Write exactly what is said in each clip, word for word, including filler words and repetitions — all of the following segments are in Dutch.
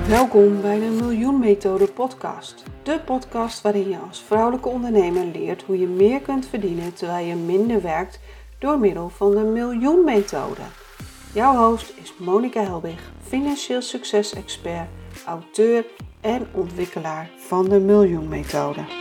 Welkom bij de Miljoen Methode podcast. De podcast waarin je als vrouwelijke ondernemer leert hoe je meer kunt verdienen terwijl je minder werkt door middel van de Miljoen Methode. Jouw host is Monica Helbig, financieel succes-expert, auteur en ontwikkelaar van de Miljoen Methode.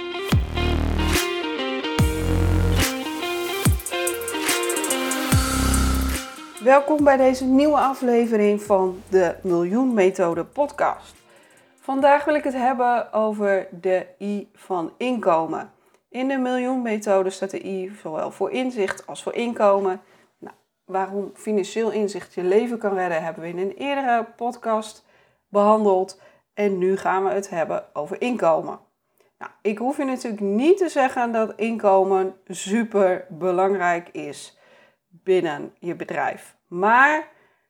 Welkom bij deze nieuwe aflevering van de Miljoen Methode podcast. Vandaag wil ik het hebben over de I van inkomen. In de Miljoen Methode staat de I zowel voor inzicht als voor inkomen. Nou, waarom financieel inzicht je leven kan redden hebben we in een eerdere podcast behandeld. En nu gaan we het hebben over inkomen. Nou, ik hoef je natuurlijk niet te zeggen dat inkomen super belangrijk is binnen je bedrijf. Maar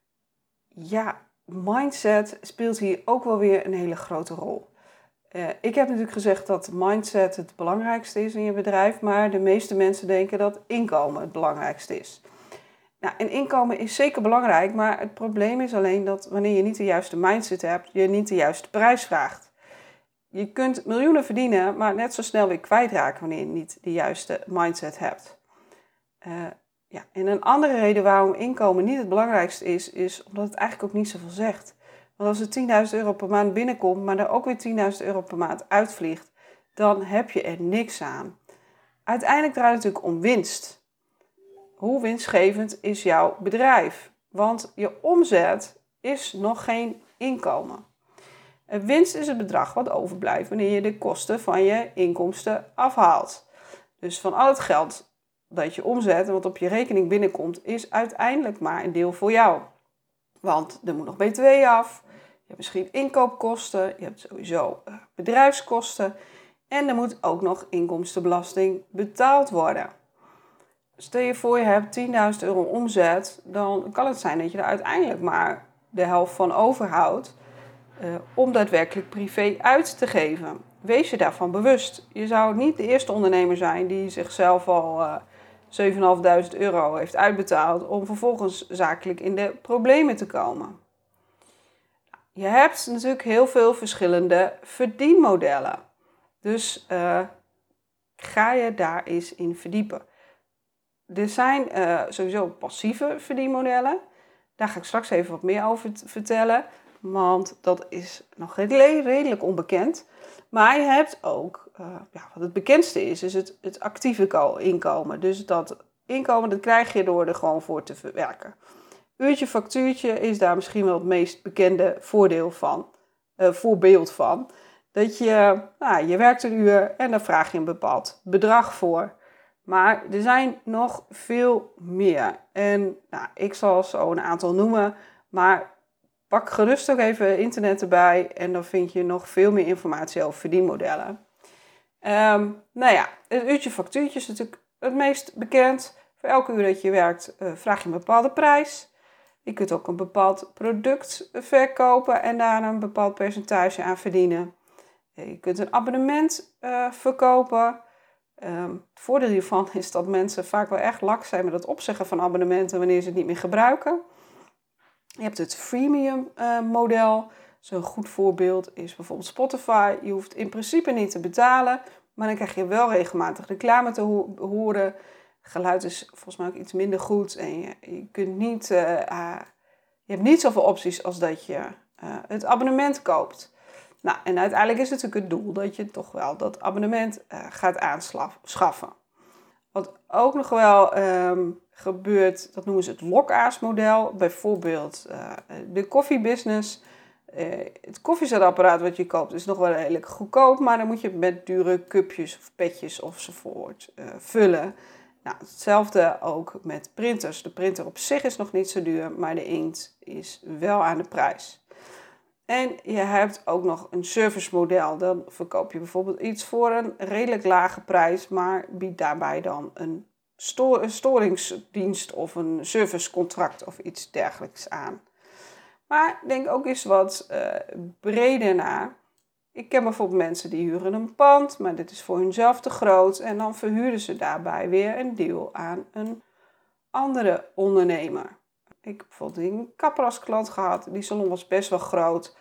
ja, mindset speelt hier ook wel weer een hele grote rol. Uh, ik heb natuurlijk gezegd dat mindset het belangrijkste is in je bedrijf, maar de meeste mensen denken dat inkomen het belangrijkste is. Nou, en inkomen is zeker belangrijk, maar het probleem is alleen dat wanneer je niet de juiste mindset hebt, je niet de juiste prijs vraagt. Je kunt miljoenen verdienen, maar net zo snel weer kwijtraken wanneer je niet de juiste mindset hebt. Uh, Ja, en een andere reden waarom inkomen niet het belangrijkste is, is omdat het eigenlijk ook niet zoveel zegt. Want als er tienduizend euro per maand binnenkomt, maar er ook weer tienduizend euro per maand uitvliegt, dan heb je er niks aan. Uiteindelijk draait het natuurlijk om winst. Hoe winstgevend is jouw bedrijf? Want je omzet is nog geen inkomen. En winst is het bedrag wat overblijft wanneer je de kosten van je inkomsten afhaalt. Dus van al het geld dat je omzet en wat op je rekening binnenkomt, is uiteindelijk maar een deel voor jou. Want er moet nog B T W af, je hebt misschien inkoopkosten, je hebt sowieso bedrijfskosten en er moet ook nog inkomstenbelasting betaald worden. Stel je voor je hebt tienduizend euro omzet, dan kan het zijn dat je er uiteindelijk maar de helft van overhoudt uh, om daadwerkelijk privé uit te geven. Wees je daarvan bewust. Je zou niet de eerste ondernemer zijn die zichzelf al uh, zevenduizend vijfhonderd euro heeft uitbetaald om vervolgens zakelijk in de problemen te komen. Je hebt natuurlijk heel veel verschillende verdienmodellen. Dus uh, ga je daar eens in verdiepen. Er zijn uh, sowieso passieve verdienmodellen. Daar ga ik straks even wat meer over vertellen. Want dat is nog redelijk onbekend. Maar je hebt ook, uh, ja, wat het bekendste is, is het, het actieve inkomen. Dus dat inkomen, dat krijg je door er gewoon voor te werken. Uurtje factuurtje is daar misschien wel het meest bekende voordeel van, uh, voorbeeld van. Dat je, nou, je werkt een uur en daar vraag je een bepaald bedrag voor. Maar er zijn nog veel meer. En nou, ik zal zo een aantal noemen, maar pak gerust ook even internet erbij en dan vind je nog veel meer informatie over verdienmodellen. Um, nou ja, het uurtje factuurtje is natuurlijk het meest bekend. Voor elke uur dat je werkt uh, vraag je een bepaalde prijs. Je kunt ook een bepaald product verkopen en daar een bepaald percentage aan verdienen. Je kunt een abonnement uh, verkopen. Um, het voordeel hiervan is dat mensen vaak wel echt laks zijn met het opzeggen van abonnementen wanneer ze het niet meer gebruiken. Je hebt het freemium uh, model. Zo'n goed voorbeeld is bijvoorbeeld Spotify. Je hoeft in principe niet te betalen, maar dan krijg je wel regelmatig reclame te ho- horen. Geluid is volgens mij ook iets minder goed en je, je kunt niet, uh, uh, je hebt niet zoveel opties als dat je uh, het abonnement koopt. Nou, en uiteindelijk is het natuurlijk het doel dat je toch wel dat abonnement uh, gaat aanschaffen. Wat ook nog wel um, gebeurt, dat noemen ze het lokaasmodel. Bijvoorbeeld uh, de koffiebusiness. Uh, het koffiezetapparaat wat je koopt is nog wel redelijk goedkoop, maar dan moet je het met dure cupjes of petjes ofzovoort uh, vullen. Nou, hetzelfde ook met printers. De printer op zich is nog niet zo duur, maar de inkt is wel aan de prijs. En je hebt ook nog een servicemodel. Dan verkoop je bijvoorbeeld iets voor een redelijk lage prijs, maar biedt daarbij dan een, sto- een storingsdienst of een servicecontract of iets dergelijks aan. Maar denk ook eens wat uh, breder na. Ik ken bijvoorbeeld mensen die huren een pand, maar dit is voor hunzelf te groot. En dan verhuren ze daarbij weer een deel aan een andere ondernemer. Ik heb bijvoorbeeld een kapper als klant gehad. Die salon was best wel groot.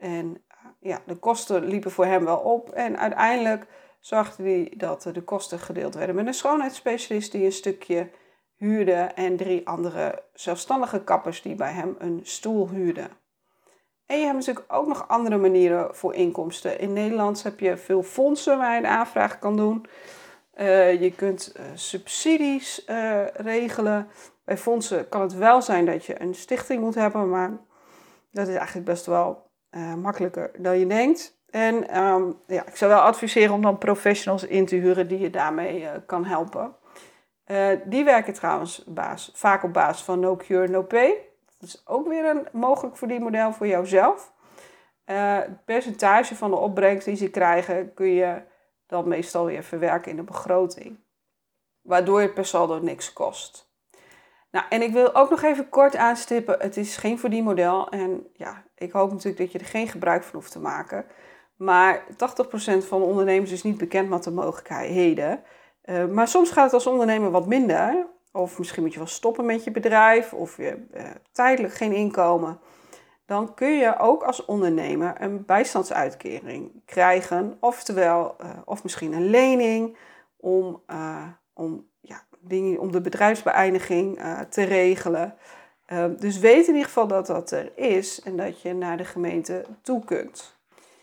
En uh, ja, de kosten liepen voor hem wel op. En uiteindelijk zorgde hij dat de kosten gedeeld werden met een schoonheidsspecialist die een stukje huurde. En drie andere zelfstandige kappers die bij hem een stoel huurden. En je hebt natuurlijk ook nog andere manieren voor inkomsten. In Nederland heb je veel fondsen waar je een aanvraag kan doen. Uh, je kunt uh, subsidies uh, regelen. Bij fondsen kan het wel zijn dat je een stichting moet hebben, maar dat is eigenlijk best wel uh, makkelijker dan je denkt. En um, ja, ik zou wel adviseren om dan professionals in te huren die je daarmee uh, kan helpen. Uh, die werken trouwens baas, vaak op basis van no cure, no pay. Dat is ook weer een mogelijk verdienmodel voor jouzelf. Uh, het percentage van de opbrengst die ze krijgen kun je dan meestal weer verwerken in de begroting. Waardoor het per saldo niks kost. Nou, en ik wil ook nog even kort aanstippen, het is geen verdienmodel. En ja, ik hoop natuurlijk dat je er geen gebruik van hoeft te maken. Maar tachtig procent van de ondernemers is niet bekend met de mogelijkheden. Uh, maar soms gaat het als ondernemer wat minder. Of misschien moet je wel stoppen met je bedrijf. Of je uh, tijdelijk geen inkomen. Dan kun je ook als ondernemer een bijstandsuitkering krijgen. Oftewel, uh, of misschien een lening om, uh, om, ja, dingen, om de bedrijfsbeëindiging uh, te regelen. Uh, dus weet in ieder geval dat dat er is en dat je naar de gemeente toe kunt.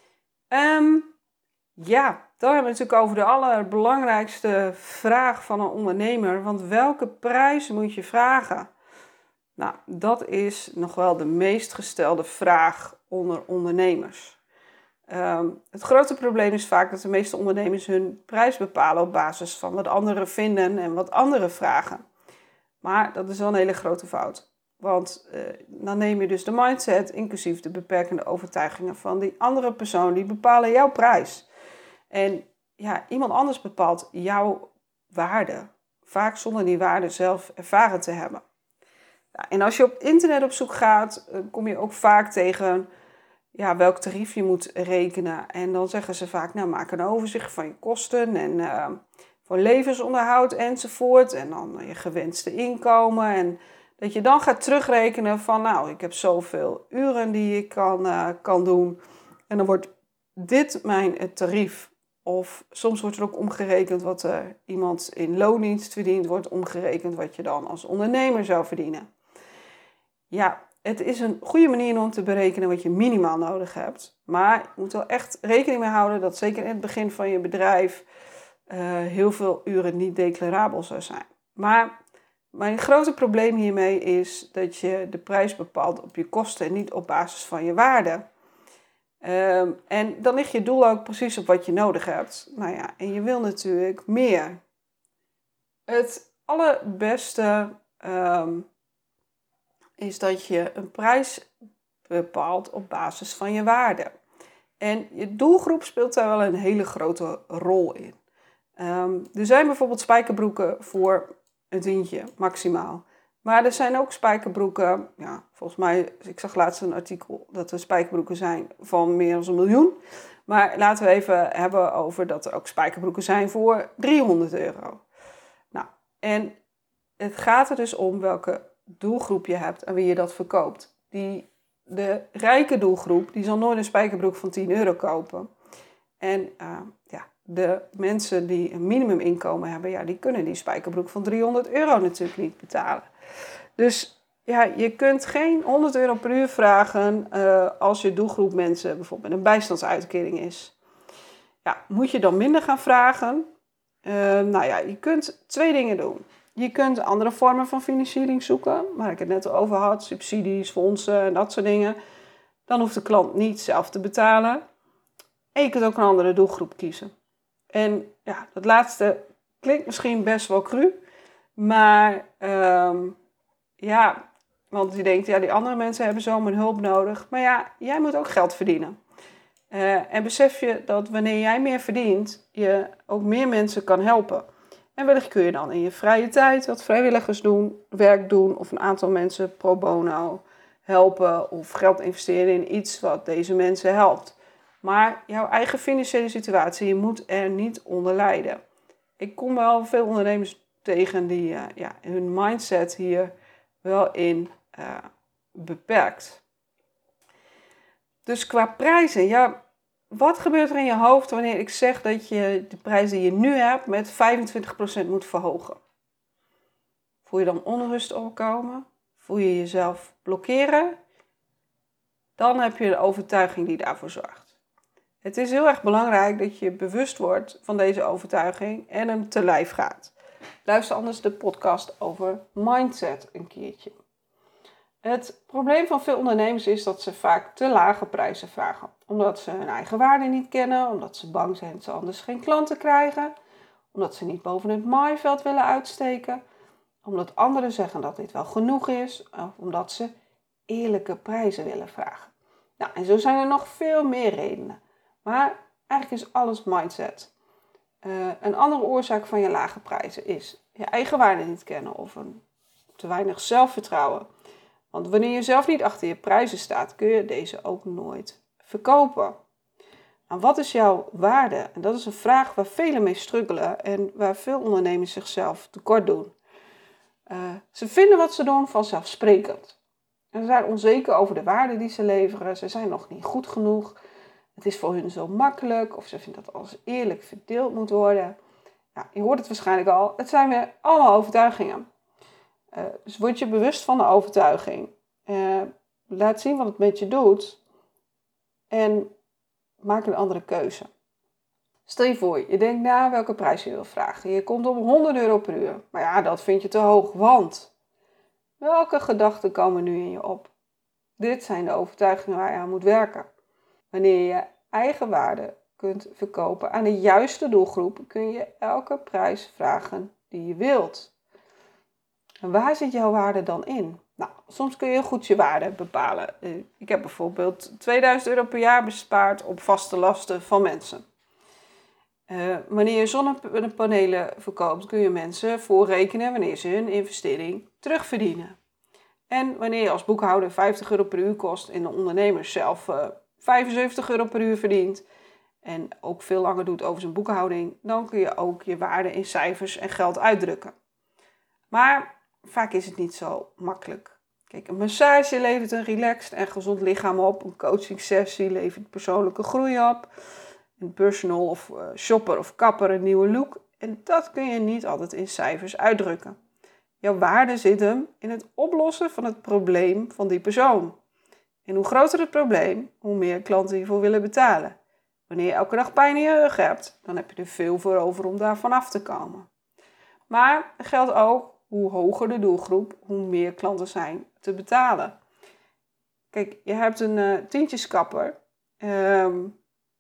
Um, ja, dan hebben we het natuurlijk over de allerbelangrijkste vraag van een ondernemer. Want welke prijs moet je vragen? Nou, dat is nog wel de meest gestelde vraag onder ondernemers. Um, het grote probleem is vaak dat de meeste ondernemers hun prijs bepalen op basis van wat anderen vinden en wat anderen vragen. Maar dat is wel een hele grote fout. Want uh, dan neem je dus de mindset, inclusief de beperkende overtuigingen van die andere persoon, die bepalen jouw prijs. En ja, iemand anders bepaalt jouw waarde. Vaak zonder die waarde zelf ervaren te hebben. Ja, en als je op internet op zoek gaat, kom je ook vaak tegen ja, welk tarief je moet rekenen. En dan zeggen ze vaak, nou maak een overzicht van je kosten en uh, voor levensonderhoud enzovoort. En dan je gewenste inkomen. En dat je dan gaat terugrekenen van, nou, ik heb zoveel uren die ik kan, uh, kan doen. En dan wordt dit mijn tarief. Of soms wordt er ook omgerekend wat uh, iemand in loondienst verdient, wordt omgerekend wat je dan als ondernemer zou verdienen. Ja, het is een goede manier om te berekenen wat je minimaal nodig hebt. Maar je moet wel echt rekening mee houden dat zeker in het begin van je bedrijf uh, heel veel uren niet declarabel zou zijn. Maar mijn grote probleem hiermee is dat je de prijs bepaalt op je kosten en niet op basis van je waarde. Um, en dan ligt je doel ook precies op wat je nodig hebt. Nou ja, en je wil natuurlijk meer. Het allerbeste um, is dat je een prijs bepaalt op basis van je waarde. En je doelgroep speelt daar wel een hele grote rol in. Um, er zijn bijvoorbeeld spijkerbroeken voor een tientje, maximaal. Maar er zijn ook spijkerbroeken, ja, volgens mij, ik zag laatst een artikel dat er spijkerbroeken zijn van meer dan een miljoen. Maar laten we even hebben over dat er ook spijkerbroeken zijn voor driehonderd euro. Nou, en het gaat er dus om welke doelgroep je hebt en wie je dat verkoopt. Die, de rijke doelgroep, die zal nooit een spijkerbroek van tien euro kopen. En uh, ja, de mensen die een minimuminkomen hebben, ja, die kunnen die spijkerbroek van driehonderd euro natuurlijk niet betalen. Dus ja, je kunt geen honderd euro per uur vragen uh, als je doelgroep mensen bijvoorbeeld met een bijstandsuitkering is. Ja, moet je dan minder gaan vragen? Uh, nou ja, je kunt twee dingen doen. Je kunt andere vormen van financiering zoeken, waar ik het net over had, subsidies, fondsen en dat soort dingen. Dan hoeft de klant niet zelf te betalen. En je kunt ook een andere doelgroep kiezen. En ja, dat laatste klinkt misschien best wel cru, maar um, ja, want je denkt, ja, die andere mensen hebben zo mijn hulp nodig. Maar ja, jij moet ook geld verdienen. Uh, en besef je dat wanneer jij meer verdient, je ook meer mensen kan helpen. En wellicht kun je dan in je vrije tijd wat vrijwilligers doen, werk doen of een aantal mensen pro bono helpen of geld investeren in iets wat deze mensen helpt. Maar jouw eigen financiële situatie, je moet er niet onder lijden. Ik kom wel veel ondernemers tegen die uh, ja, hun mindset hier wel in uh, beperkt. Dus qua prijzen, ja, wat gebeurt er in je hoofd wanneer ik zeg dat je de prijs die je nu hebt met vijfentwintig procent moet verhogen? Voel je dan onrust opkomen? Voel je jezelf blokkeren? Dan heb je een overtuiging die daarvoor zorgt. Het is heel erg belangrijk dat je bewust wordt van deze overtuiging en hem te lijf gaat. Luister anders de podcast over mindset een keertje. Het probleem van veel ondernemers is dat ze vaak te lage prijzen vragen. Omdat ze hun eigen waarde niet kennen, omdat ze bang zijn dat ze anders geen klanten krijgen, omdat ze niet boven het maaiveld willen uitsteken, omdat anderen zeggen dat dit wel genoeg is, of omdat ze eerlijke prijzen willen vragen. Nou, en zo zijn er nog veel meer redenen. Maar eigenlijk is alles mindset. Uh, een andere oorzaak van je lage prijzen is je eigen waarde niet kennen of een te weinig zelfvertrouwen. Want wanneer je zelf niet achter je prijzen staat, kun je deze ook nooit verkopen. Maar wat is jouw waarde? En dat is een vraag waar velen mee struggelen en waar veel ondernemers zichzelf tekort doen. Uh, ze vinden wat ze doen vanzelfsprekend. En ze zijn onzeker over de waarde die ze leveren. Ze zijn nog niet goed genoeg. Het is voor hun zo makkelijk. Of ze vinden dat alles eerlijk verdeeld moet worden. Ja, je hoort het waarschijnlijk al. Het zijn weer allemaal overtuigingen. Uh, dus word je bewust van de overtuiging. Uh, laat zien wat het met je doet. En maak een andere keuze. Stel je voor, je denkt na welke prijs je wil vragen. Je komt op honderd euro per uur. Maar ja, dat vind je te hoog, want... Welke gedachten komen nu in je op? Dit zijn de overtuigingen waar je aan moet werken. Wanneer je je eigen waarde kunt verkopen aan de juiste doelgroep, kun je elke prijs vragen die je wilt. En waar zit jouw waarde dan in? Nou, soms kun je heel goed je waarde bepalen. Ik heb bijvoorbeeld tweeduizend euro per jaar bespaard op vaste lasten van mensen. Uh, wanneer je zonnepanelen verkoopt, kun je mensen voorrekenen wanneer ze hun investering terugverdienen. En wanneer je als boekhouder vijftig euro per uur kost en de ondernemer zelf uh, vijfenzeventig euro per uur verdient en ook veel langer doet over zijn boekhouding, dan kun je ook je waarde in cijfers en geld uitdrukken. Maar vaak is het niet zo makkelijk. Kijk, een massage levert een relaxed en gezond lichaam op, een coaching sessie levert persoonlijke groei op, een personal of uh, shopper of kapper een nieuwe look. En dat kun je niet altijd in cijfers uitdrukken. Jouw waarde zit hem in het oplossen van het probleem van die persoon. En hoe groter het probleem, hoe meer klanten hiervoor willen betalen. Wanneer je elke dag pijn in je rug hebt, dan heb je er veel voor over om daarvan af te komen. Maar het geldt ook, hoe hoger de doelgroep, hoe meer klanten zijn te betalen. Kijk, je hebt een uh, tientjeskapper... Um,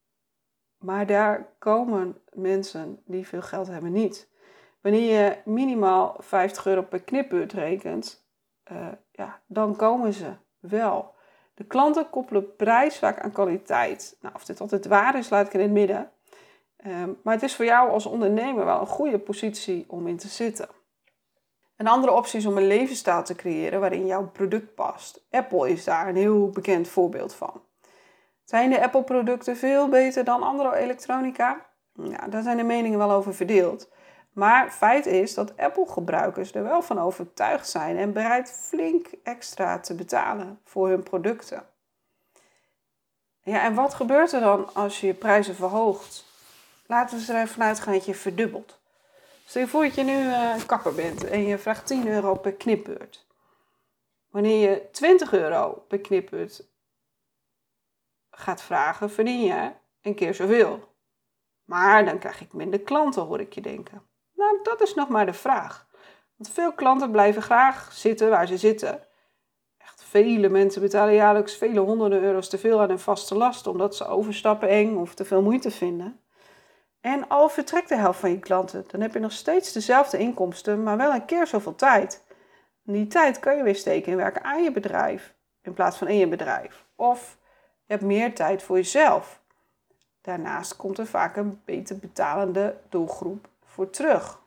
Maar daar komen mensen die veel geld hebben niet. Wanneer je minimaal vijftig euro per knipbeurt rekent, uh, ja, dan komen ze wel. De klanten koppelen prijs vaak aan kwaliteit. Nou, of dit altijd waar is, laat ik in het midden. Um, maar het is voor jou als ondernemer wel een goede positie om in te zitten. Een andere optie is om een levensstijl te creëren waarin jouw product past. Apple is daar een heel bekend voorbeeld van. Zijn de Apple-producten veel beter dan andere elektronica? Ja, daar zijn de meningen wel over verdeeld. Maar feit is dat Apple-gebruikers er wel van overtuigd zijn en bereid flink extra te betalen voor hun producten. Ja, en wat gebeurt er dan als je je prijzen verhoogt? Laten we er even vanuit gaan dat je verdubbelt. Stel je voor dat je nu uh, een kapper bent en je vraagt tien euro per knipbeurt. Wanneer je twintig euro per knipbeurt gaat vragen, verdien je een keer zoveel. Maar dan krijg ik minder klanten, hoor ik je denken. Nou, dat is nog maar de vraag. Want veel klanten blijven graag zitten waar ze zitten. Echt vele mensen betalen jaarlijks vele honderden euro's te veel aan hun vaste lasten, omdat ze overstappen eng of te veel moeite vinden. En al vertrekt de helft van je klanten, dan heb je nog steeds dezelfde inkomsten, maar wel een keer zoveel tijd. En die tijd kan je weer steken in werken aan je bedrijf, in plaats van in je bedrijf. Of je hebt meer tijd voor jezelf. Daarnaast komt er vaak een beter betalende doelgroep voor terug.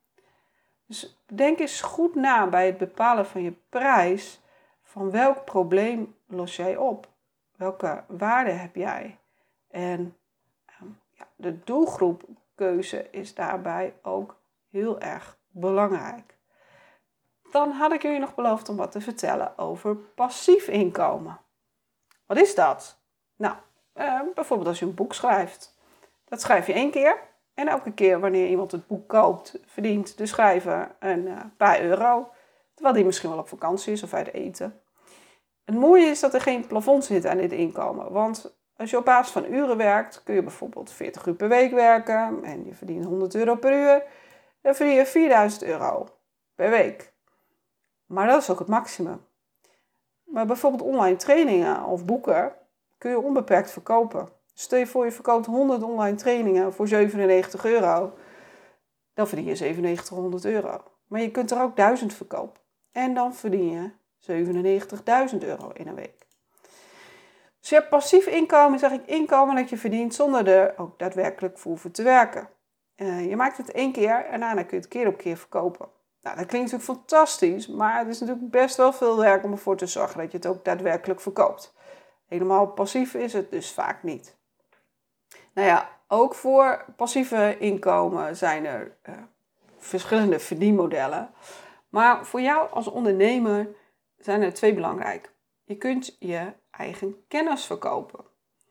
Dus denk eens goed na bij het bepalen van je prijs. Van welk probleem los jij op? Welke waarde heb jij? En ja, de doelgroepkeuze is daarbij ook heel erg belangrijk. Dan had ik jullie nog beloofd om wat te vertellen over passief inkomen. Wat is dat? Nou, uh, bijvoorbeeld als je een boek schrijft. Dat schrijf je één keer. En elke keer wanneer iemand het boek koopt, verdient de schrijver een uh, paar euro. Terwijl die misschien wel op vakantie is of uit eten. Het mooie is dat er geen plafond zit aan dit inkomen. Want als je op basis van uren werkt, kun je bijvoorbeeld veertig uur per week werken. En je verdient honderd euro per uur. Dan verdien je vierduizend euro per week. Maar dat is ook het maximum. Maar bijvoorbeeld online trainingen of boeken kun je onbeperkt verkopen. Stel je voor je verkoopt honderd online trainingen voor zevenennegentig euro. Dan verdien je zevenennegentighonderd euro. Maar je kunt er ook duizend verkopen. En dan verdien je zevenennegentigduizend euro in een week. Dus je hebt passief inkomen, zeg ik, inkomen dat je verdient zonder er ook daadwerkelijk voor hoeven te werken. Uh, je maakt het één keer en daarna kun je het keer op keer verkopen. Nou, dat klinkt natuurlijk fantastisch, maar het is natuurlijk best wel veel werk om ervoor te zorgen dat je het ook daadwerkelijk verkoopt. Helemaal passief is het dus vaak niet. Nou ja, ook voor passieve inkomen zijn er uh, verschillende verdienmodellen. Maar voor jou als ondernemer zijn er twee belangrijk. Je kunt je eigen kennis verkopen.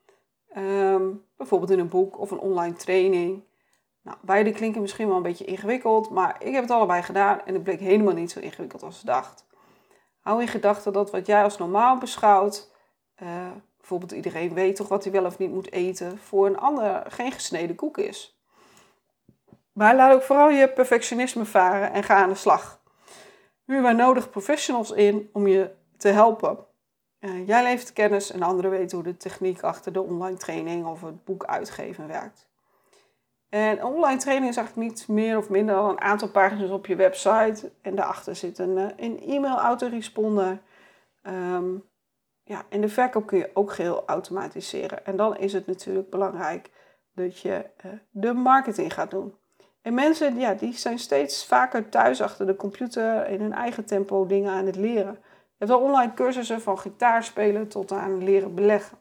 Um, bijvoorbeeld in een boek of een online training. Nou, beide klinken misschien wel een beetje ingewikkeld, maar ik heb het allebei gedaan en het bleek helemaal niet zo ingewikkeld als ik dacht. Hou in gedachten dat wat jij als normaal beschouwt, uh, bijvoorbeeld iedereen weet toch wat hij wel of niet moet eten, voor een ander geen gesneden koek is. Maar laat ook vooral je perfectionisme varen en ga aan de slag. Huur waar nodig professionals in om je te helpen. Uh, jij levert kennis en anderen weten hoe de techniek achter de online training of het boek uitgeven werkt. En een online training is eigenlijk niet meer of minder dan een aantal pagina's op je website. En daarachter zit een, een e-mail autoresponder. Um, ja, en de verkoop kun je ook geheel automatiseren. En dan is het natuurlijk belangrijk dat je uh, de marketing gaat doen. En mensen ja, die zijn steeds vaker thuis achter de computer in hun eigen tempo dingen aan het leren. Je hebt al online cursussen van gitaarspelen tot aan leren beleggen.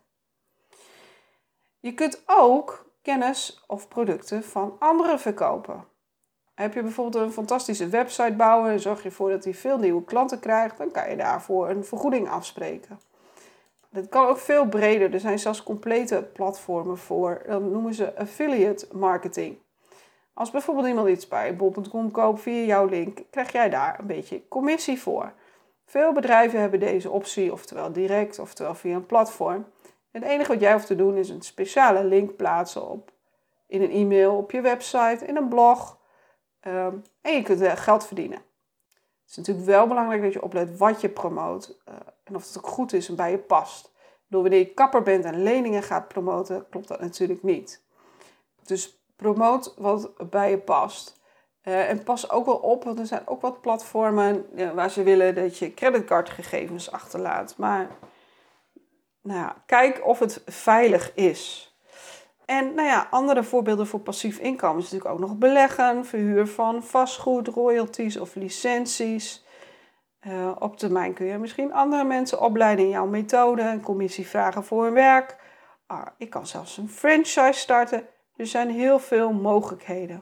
Je kunt ook kennis of producten van anderen verkopen. Heb je bijvoorbeeld een fantastische website bouwen en zorg je ervoor dat hij veel nieuwe klanten krijgt, dan kan je daarvoor een vergoeding afspreken. Dat kan ook veel breder. Er zijn zelfs complete platformen voor. Dat noemen ze affiliate marketing. Als bijvoorbeeld iemand iets bij bol punt com koopt via jouw link, krijg jij daar een beetje commissie voor. Veel bedrijven hebben deze optie, oftewel direct, oftewel via een platform. Het enige wat jij hoeft te doen is een speciale link plaatsen op, in een e-mail, op je website, in een blog. Um, en je kunt er geld verdienen. Het is natuurlijk wel belangrijk dat je oplet wat je promoot. Uh, en of het ook goed is en bij je past. Door wanneer je kapper bent en leningen gaat promoten, klopt dat natuurlijk niet. Dus promoot wat bij je past. Uh, en pas ook wel op, want er zijn ook wat platformen uh, waar ze willen dat je creditcardgegevens achterlaat. Maar nou ja, kijk of het veilig is. En nou ja, andere voorbeelden voor passief inkomen is natuurlijk ook nog beleggen, verhuur van vastgoed, royalties of licenties. Uh, op termijn kun je misschien andere mensen opleiden in jouw methode, een commissie vragen voor hun werk. Ah, ik kan zelfs een franchise starten. Er zijn heel veel mogelijkheden.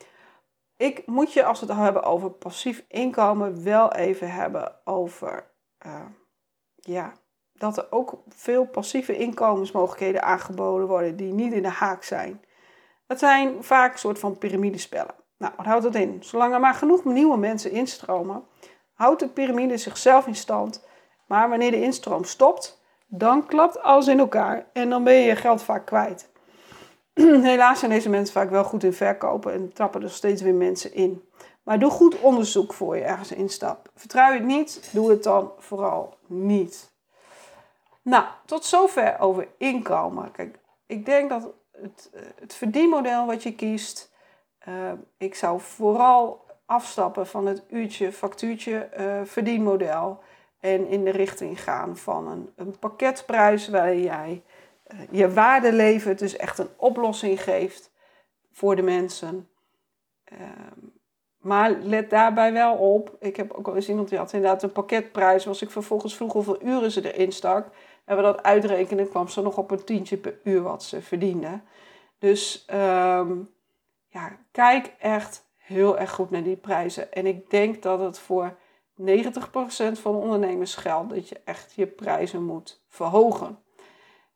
Ik moet je, als we het hebben over passief inkomen, wel even hebben over uh, ja, dat er ook veel passieve inkomensmogelijkheden aangeboden worden die niet in de haak zijn. Dat zijn vaak een soort van piramidespellen. Nou, wat houdt dat in? Zolang er maar genoeg nieuwe mensen instromen, houdt de piramide zichzelf in stand. Maar wanneer de instroom stopt, dan klapt alles in elkaar en dan ben je je geld vaak kwijt. Helaas zijn deze mensen vaak wel goed in verkopen en trappen er steeds weer mensen in. Maar doe goed onderzoek voor je ergens instapt. Vertrouw je het niet, doe het dan vooral niet. Nou, tot zover over inkomen. Kijk, ik denk dat het, het verdienmodel wat je kiest, uh, ik zou vooral afstappen van het uurtje, factuurtje uh, verdienmodel en in de richting gaan van een, een pakketprijs waarin jij uh, je waarde levert, dus echt een oplossing geeft voor de mensen. Uh, maar let daarbij wel op, ik heb ook al eens iemand die had inderdaad een pakketprijs, als ik vervolgens vroeg hoeveel uren ze erin stak, en we dat uitrekenen, kwam ze nog op een tientje per uur wat ze verdiende. Dus um, ja, kijk echt heel erg goed naar die prijzen. En ik denk dat het voor negentig procent van de ondernemers geldt dat je echt je prijzen moet verhogen.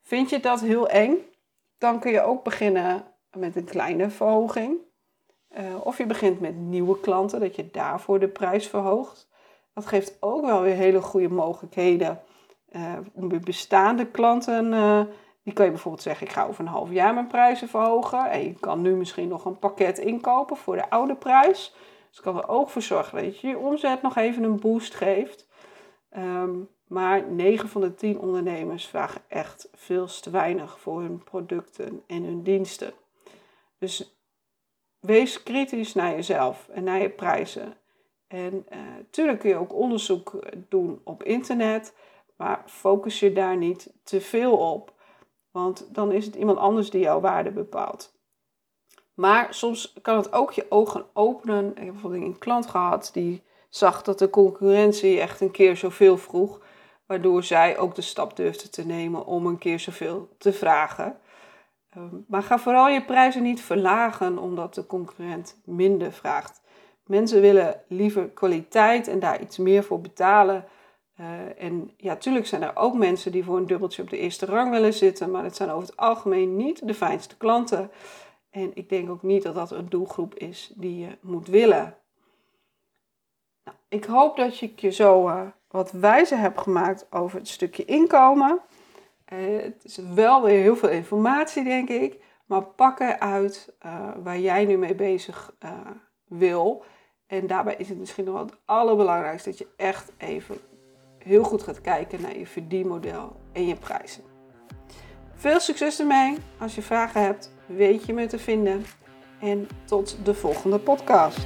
Vind je dat heel eng? Dan kun je ook beginnen met een kleine verhoging. Uh, of je begint met nieuwe klanten, dat je daarvoor de prijs verhoogt. Dat geeft ook wel weer hele goede mogelijkheden uh, om weer bestaande klanten. Uh, die kan je bijvoorbeeld zeggen, ik ga over een half jaar mijn prijzen verhogen. En je kan nu misschien nog een pakket inkopen voor de oude prijs. Dus kan er ook voor zorgen dat je je omzet nog even een boost geeft. Um, maar negen van de tien ondernemers vragen echt veel te weinig voor hun producten en hun diensten. Dus wees kritisch naar jezelf en naar je prijzen. En natuurlijk uh, kun je ook onderzoek doen op internet, maar focus je daar niet te veel op. Want dan is het iemand anders die jouw waarde bepaalt. Maar soms kan het ook je ogen openen. Ik heb bijvoorbeeld een klant gehad die zag dat de concurrentie echt een keer zoveel vroeg. Waardoor zij ook de stap durfde te nemen om een keer zoveel te vragen. Um, maar ga vooral je prijzen niet verlagen omdat de concurrent minder vraagt. Mensen willen liever kwaliteit en daar iets meer voor betalen. Uh, en ja, tuurlijk zijn er ook mensen die voor een dubbeltje op de eerste rang willen zitten. Maar dat zijn over het algemeen niet de fijnste klanten. En ik denk ook niet dat dat een doelgroep is die je moet willen. Nou, ik hoop dat ik je zo uh, wat wijzer heb gemaakt over het stukje inkomen. Uh, het is wel weer heel veel informatie, denk ik. Maar pak eruit uh, waar jij nu mee bezig uh, wil. En daarbij is het misschien nog wel het allerbelangrijkste dat je echt even heel goed gaat kijken naar je verdienmodel en je prijzen. Veel succes ermee. Als je vragen hebt, weet je me te vinden. En tot de volgende podcast.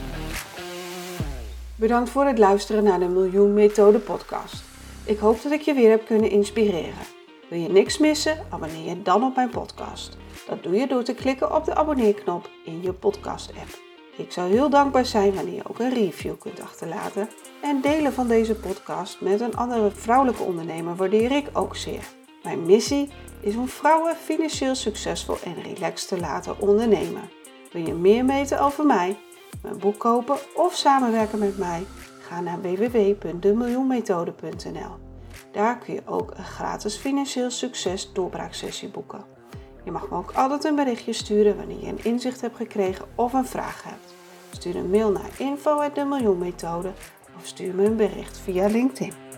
Bedankt voor het luisteren naar de Miljoen Methode podcast. Ik hoop dat ik je weer heb kunnen inspireren. Wil je niks missen? Abonneer je dan op mijn podcast. Dat doe je door te klikken op de abonneerknop in je podcast app. Ik zou heel dankbaar zijn wanneer je ook een review kunt achterlaten. En delen van deze podcast met een andere vrouwelijke ondernemer waardeer ik ook zeer. Mijn missie is om vrouwen financieel succesvol en relaxed te laten ondernemen. Wil je meer weten over mij, mijn boek kopen of samenwerken met mij? Ga naar w w w punt de miljoen methode punt n l. Daar kun je ook een gratis financieel succes doorbraaksessie boeken. Je mag me ook altijd een berichtje sturen wanneer je een inzicht hebt gekregen of een vraag hebt. Stuur een mail naar info at de miljoen methode of stuur me een bericht via LinkedIn.